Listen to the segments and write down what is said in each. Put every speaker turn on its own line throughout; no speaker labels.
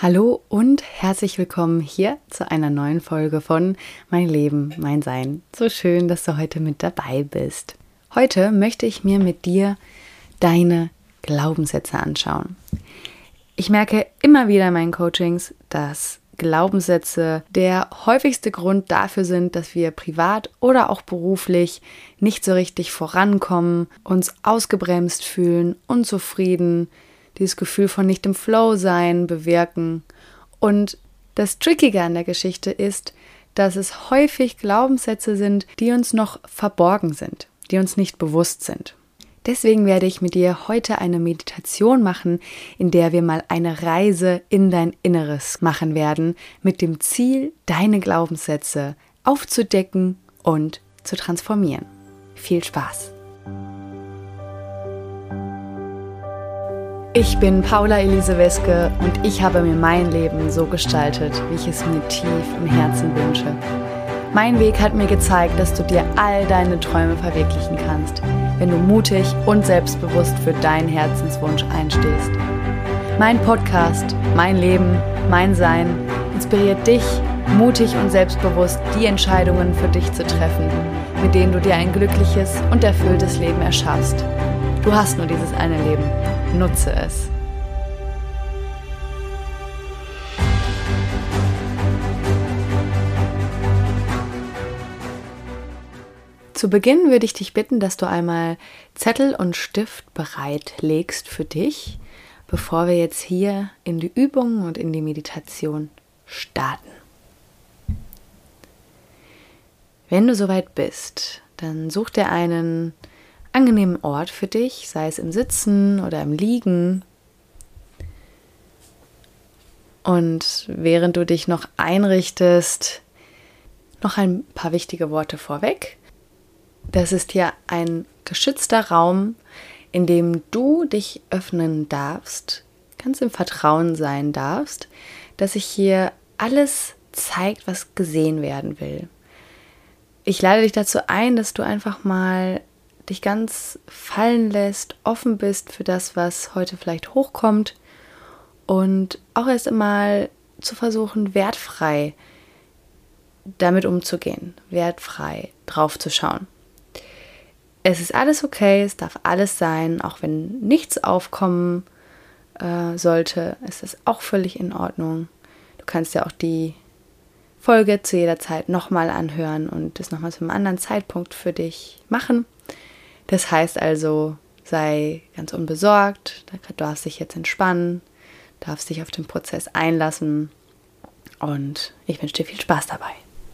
Hallo und herzlich willkommen hier zu einer neuen Folge von Mein Leben, mein Sein. So schön, dass du heute mit dabei bist. Heute möchte ich mir mit dir deine Glaubenssätze anschauen. Ich merke immer wieder in meinen Coachings, dass Glaubenssätze der häufigste Grund dafür sind, dass wir privat oder auch beruflich nicht so richtig vorankommen, uns ausgebremst fühlen, unzufrieden, dieses Gefühl von nicht im Flow sein bewirken. Und das Trickige an der Geschichte ist, dass es häufig Glaubenssätze sind, die uns noch verborgen sind, die uns nicht bewusst sind. Deswegen werde ich mit dir heute eine Meditation machen, in der wir mal eine Reise in dein Inneres machen werden, mit dem Ziel, deine Glaubenssätze aufzudecken und zu transformieren. Viel Spaß! Ich bin Paula Elise Weske und ich habe mir mein Leben so gestaltet, wie ich es mir tief im Herzen wünsche. Mein Weg hat mir gezeigt, dass du dir all deine Träume verwirklichen kannst, wenn du mutig und selbstbewusst für deinen Herzenswunsch einstehst. Mein Podcast, mein Leben, mein Sein inspiriert dich, mutig und selbstbewusst die Entscheidungen für dich zu treffen, mit denen du dir ein glückliches und erfülltes Leben erschaffst. Du hast nur dieses eine Leben. Nutze es. Zu Beginn würde ich dich bitten, dass du einmal Zettel und Stift bereit legst für dich, bevor wir jetzt hier in die Übung und in die Meditation starten. Wenn du soweit bist, dann such dir einen angenehmen Ort für dich, sei es im Sitzen oder im Liegen. Und während du dich noch einrichtest, noch ein paar wichtige Worte vorweg. Das ist hier ein geschützter Raum, in dem du dich öffnen darfst, ganz im Vertrauen sein darfst, dass sich hier alles zeigt, was gesehen werden will. Ich lade dich dazu ein, dass du einfach mal dich ganz fallen lässt, offen bist für das, was heute vielleicht hochkommt und auch erst einmal zu versuchen, wertfrei damit umzugehen, wertfrei drauf zu schauen. Es ist alles okay, es darf alles sein, auch wenn nichts aufkommen sollte, ist es auch völlig in Ordnung. Du kannst ja auch die Folge zu jeder Zeit nochmal anhören und das nochmal zu einem anderen Zeitpunkt für dich machen. Das heißt also, sei ganz unbesorgt, du darfst dich jetzt entspannen, darfst dich auf den Prozess einlassen und ich wünsche dir viel Spaß dabei.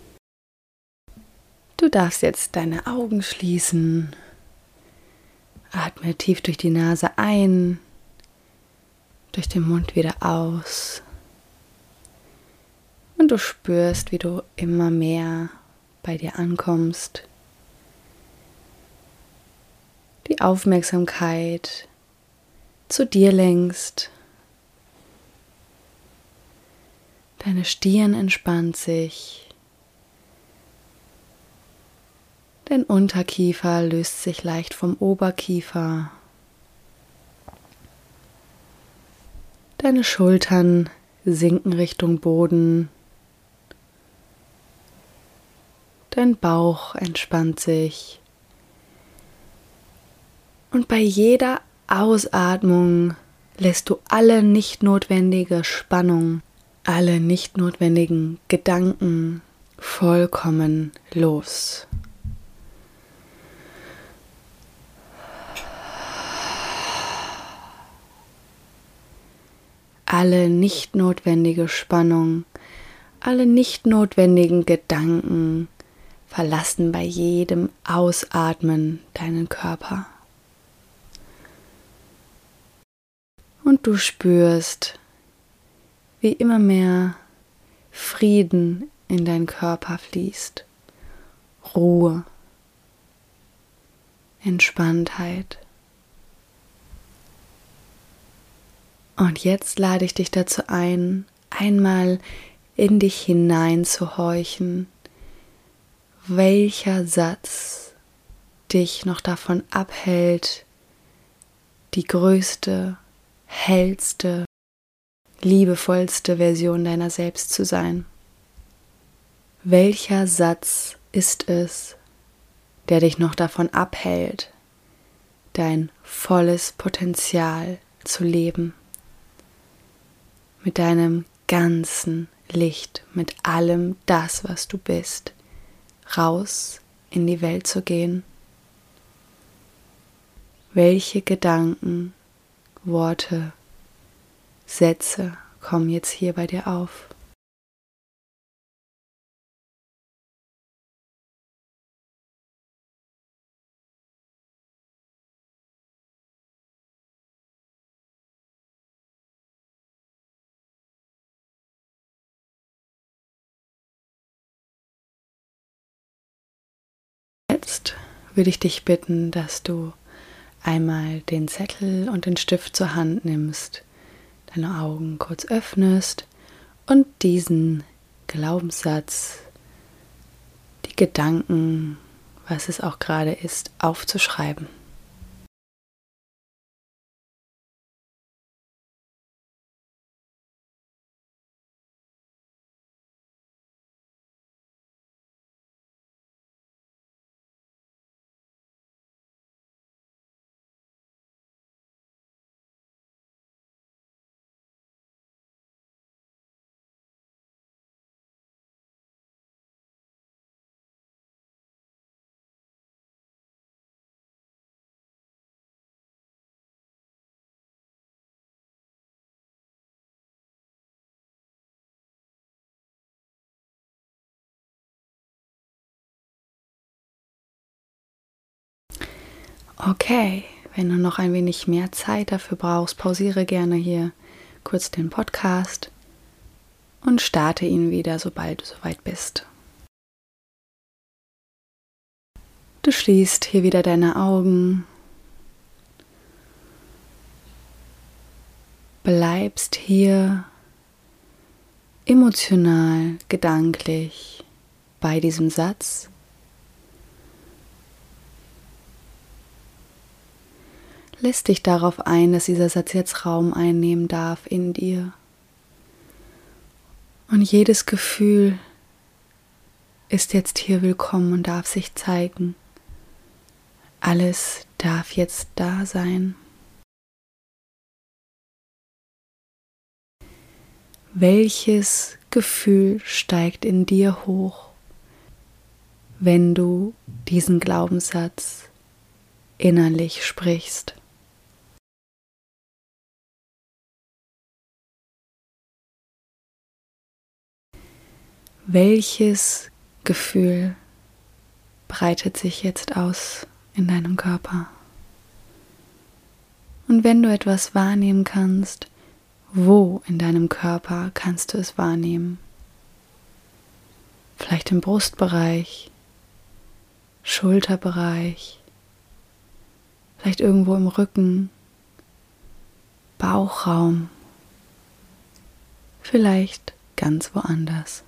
Du darfst jetzt deine Augen schließen, atme tief durch die Nase ein, durch den Mund wieder aus und du spürst, wie du immer mehr bei dir ankommst. Die Aufmerksamkeit zu dir lenkst. Deine Stirn entspannt sich. Dein Unterkiefer löst sich leicht vom Oberkiefer. Deine Schultern sinken Richtung Boden. Dein Bauch entspannt sich. Und bei jeder Ausatmung lässt du alle nicht notwendige Spannung, alle nicht notwendigen Gedanken vollkommen los. Alle nicht notwendige Spannung, alle nicht notwendigen Gedanken verlassen bei jedem Ausatmen deinen Körper. Und du spürst, wie immer mehr Frieden in deinen Körper fließt, Ruhe, Entspanntheit. Und jetzt lade ich dich dazu ein, einmal in dich hineinzuhorchen, welcher Satz dich noch davon abhält, die größte, hellste, liebevollste Version deiner selbst zu sein? Welcher Satz ist es, der dich noch davon abhält, dein volles Potenzial zu leben? Mit deinem ganzen Licht, mit allem das, was du bist, raus in die Welt zu gehen? Welche Gedanken, Worte, Sätze kommen jetzt hier bei dir auf? Jetzt würde ich dich bitten, dass du einmal den Zettel und den Stift zur Hand nimmst, deine Augen kurz öffnest und diesen Glaubenssatz, die Gedanken, was es auch gerade ist, aufzuschreiben. Okay, wenn du noch ein wenig mehr Zeit dafür brauchst, pausiere gerne hier kurz den Podcast und starte ihn wieder, sobald du soweit bist. Du schließt hier wieder deine Augen, bleibst hier emotional, gedanklich bei diesem Satz. Lässt dich darauf ein, dass dieser Satz jetzt Raum einnehmen darf in dir. Und jedes Gefühl ist jetzt hier willkommen und darf sich zeigen. Alles darf jetzt da sein. Welches Gefühl steigt in dir hoch, wenn du diesen Glaubenssatz innerlich sprichst? Welches Gefühl breitet sich jetzt aus in deinem Körper? Und wenn du etwas wahrnehmen kannst, wo in deinem Körper kannst du es wahrnehmen? Vielleicht im Brustbereich, Schulterbereich, vielleicht irgendwo im Rücken, Bauchraum, vielleicht ganz woanders.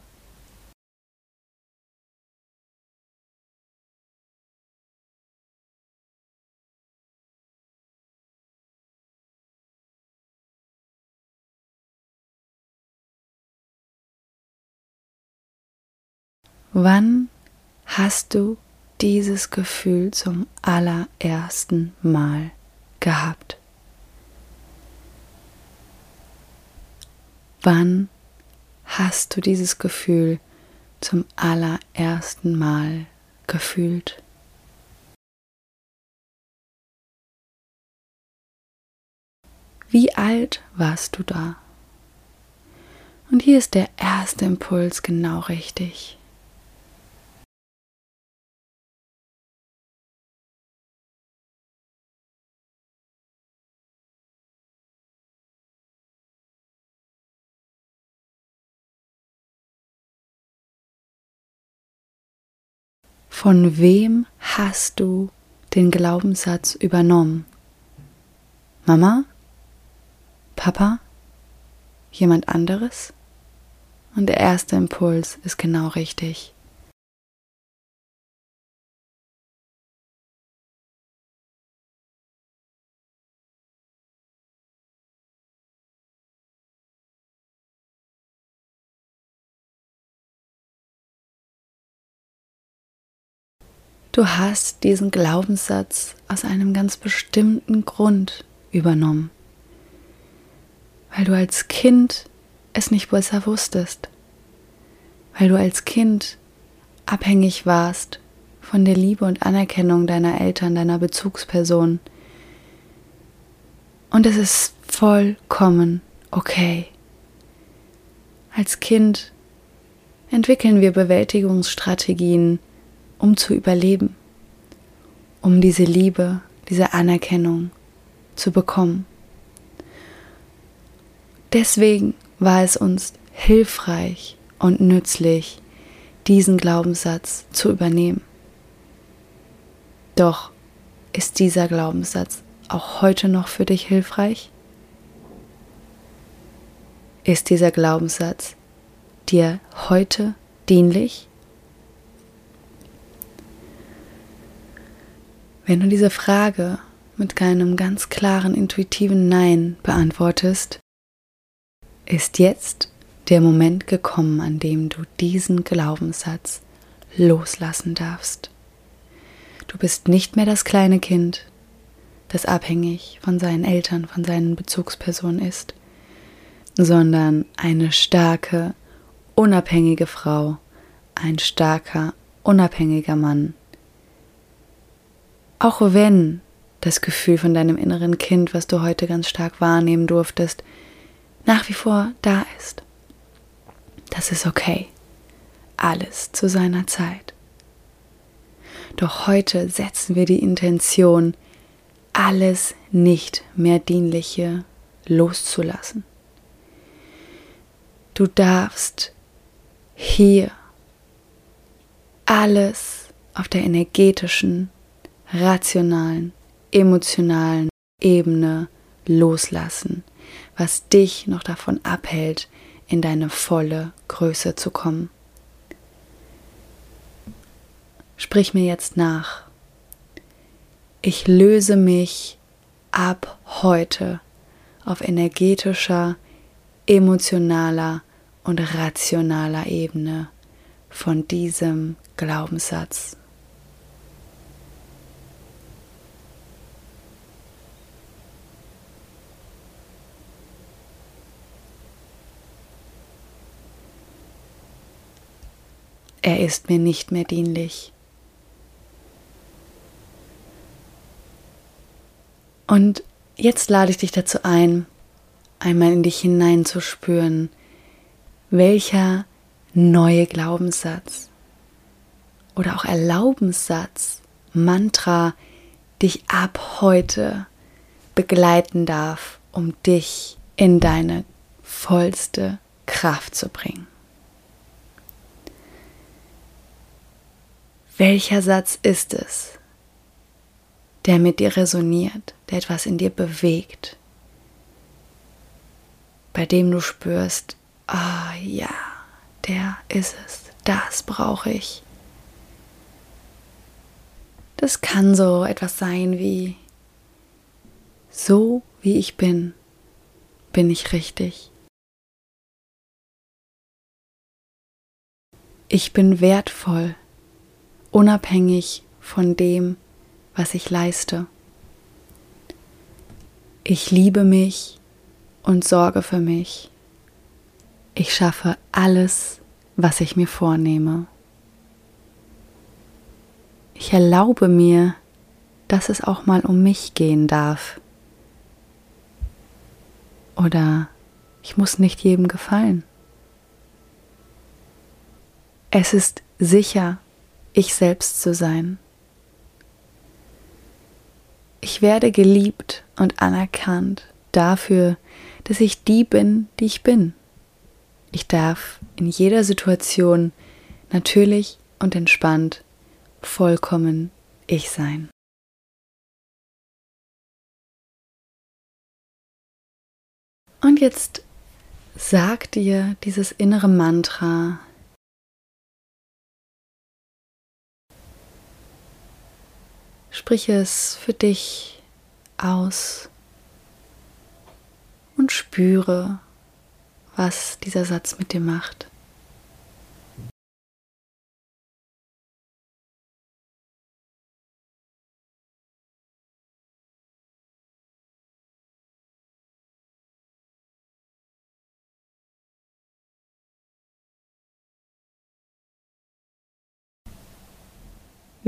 Wann hast du dieses Gefühl zum allerersten Mal gehabt? Wann hast du dieses Gefühl zum allerersten Mal gefühlt? Wie alt warst du da? Und hier ist der erste Impuls genau richtig. Von wem hast du den Glaubenssatz übernommen? Mama? Papa? Jemand anderes? Und der erste Impuls ist genau richtig. Du hast diesen Glaubenssatz aus einem ganz bestimmten Grund übernommen, weil du als Kind es nicht besser wusstest, weil du als Kind abhängig warst von der Liebe und Anerkennung deiner Eltern, deiner Bezugsperson. Und es ist vollkommen okay. Als Kind entwickeln wir Bewältigungsstrategien, um zu überleben, um diese Liebe, diese Anerkennung zu bekommen. Deswegen war es uns hilfreich und nützlich, diesen Glaubenssatz zu übernehmen. Doch ist dieser Glaubenssatz auch heute noch für dich hilfreich? Ist dieser Glaubenssatz dir heute dienlich? Wenn du diese Frage mit einem ganz klaren, intuitiven Nein beantwortest, ist jetzt der Moment gekommen, an dem du diesen Glaubenssatz loslassen darfst. Du bist nicht mehr das kleine Kind, das abhängig von seinen Eltern, von seinen Bezugspersonen ist, sondern eine starke, unabhängige Frau, ein starker, unabhängiger Mann. Auch wenn das Gefühl von deinem inneren Kind, was du heute ganz stark wahrnehmen durftest, nach wie vor da ist. Das ist okay. Alles zu seiner Zeit. Doch heute setzen wir die Intention, alles nicht mehr Dienliche loszulassen. Du darfst hier alles auf der energetischen, rationalen, emotionalen Ebene loslassen, was dich noch davon abhält, in deine volle Größe zu kommen. Sprich mir jetzt nach. Ich löse mich ab heute auf energetischer, emotionaler und rationaler Ebene von diesem Glaubenssatz. Er ist mir nicht mehr dienlich. Und jetzt lade ich dich dazu ein, einmal in dich hineinzuspüren, welcher neue Glaubenssatz oder auch Erlaubenssatz, Mantra dich ab heute begleiten darf, um dich in deine vollste Kraft zu bringen. Welcher Satz ist es, der mit dir resoniert, der etwas in dir bewegt, bei dem du spürst, ja, der ist es, das brauche ich. Das kann so etwas sein wie, so wie ich bin, bin ich richtig. Ich bin wertvoll, unabhängig von dem, was ich leiste. Ich liebe mich und sorge für mich. Ich schaffe alles, was ich mir vornehme. Ich erlaube mir, dass es auch mal um mich gehen darf. Oder ich muss nicht jedem gefallen. Es ist sicher, ich selbst zu sein. Ich werde geliebt und anerkannt dafür, dass ich die bin, die ich bin. Ich darf in jeder Situation natürlich und entspannt vollkommen ich sein. Und jetzt sag dir dieses innere Mantra, sprich es für dich aus und spüre, was dieser Satz mit dir macht.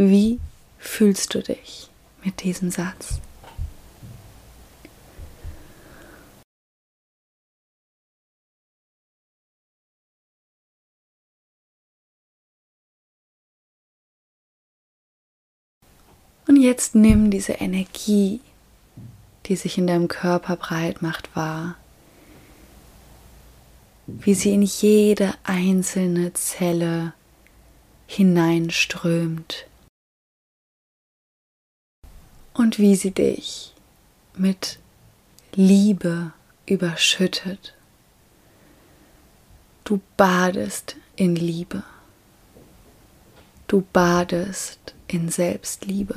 Wie fühlst du dich mit diesem Satz? Und jetzt nimm diese Energie, die sich in deinem Körper breit macht, wahr, wie sie in jede einzelne Zelle hineinströmt und wie sie dich mit Liebe überschüttet. Du badest in Liebe. Du badest in Selbstliebe.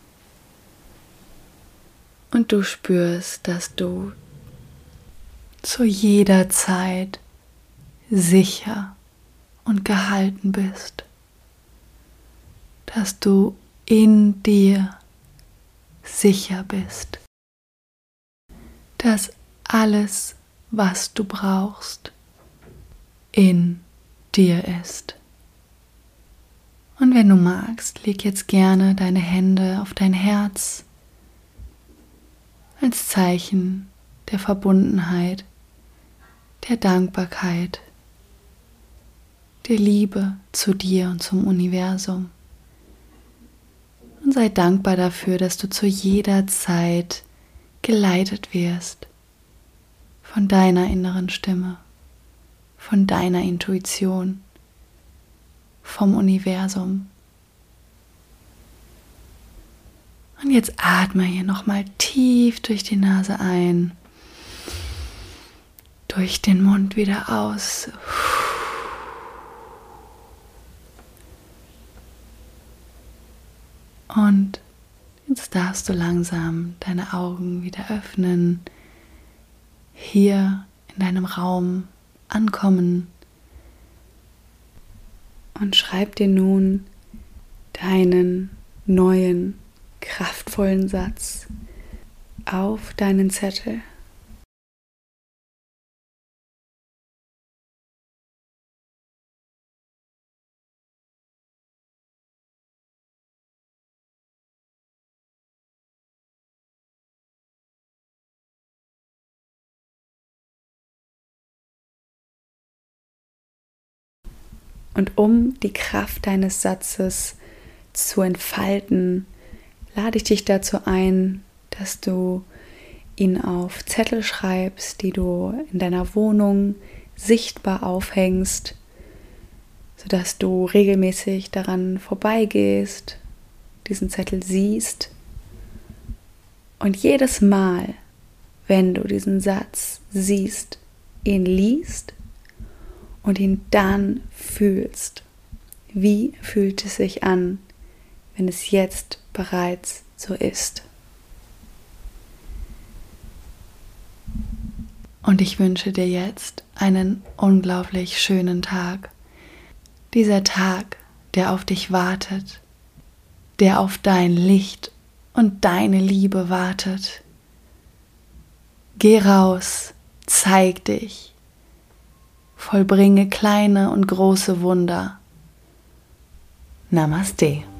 Und du spürst, dass du zu jeder Zeit sicher und gehalten bist. Dass du in dir sicher bist. Dass alles, was du brauchst, in dir ist. Und wenn du magst, leg jetzt gerne deine Hände auf dein Herz als Zeichen der Verbundenheit, der Dankbarkeit, der Liebe zu dir und zum Universum. Und sei dankbar dafür, dass du zu jeder Zeit geleitet wirst von deiner inneren Stimme, von deiner Intuition, vom Universum. Und jetzt atme hier nochmal tief durch die Nase ein, durch den Mund wieder aus. Und jetzt darfst du langsam deine Augen wieder öffnen, hier in deinem Raum ankommen und schreib dir nun deinen neuen, kraftvollen Satz auf deinen Zettel. Und um die Kraft deines Satzes zu entfalten, lade ich dich dazu ein, dass du ihn auf Zettel schreibst, die du in deiner Wohnung sichtbar aufhängst, sodass du regelmäßig daran vorbeigehst, diesen Zettel siehst und jedes Mal, wenn du diesen Satz siehst, ihn liest und ihn dann fühlst. Wie fühlt es sich an, wenn es jetzt bereits so ist? Und ich wünsche dir jetzt einen unglaublich schönen Tag. Dieser Tag, der auf dich wartet, der auf dein Licht und deine Liebe wartet. Geh raus, zeig dich, vollbringe kleine und große Wunder. Namaste.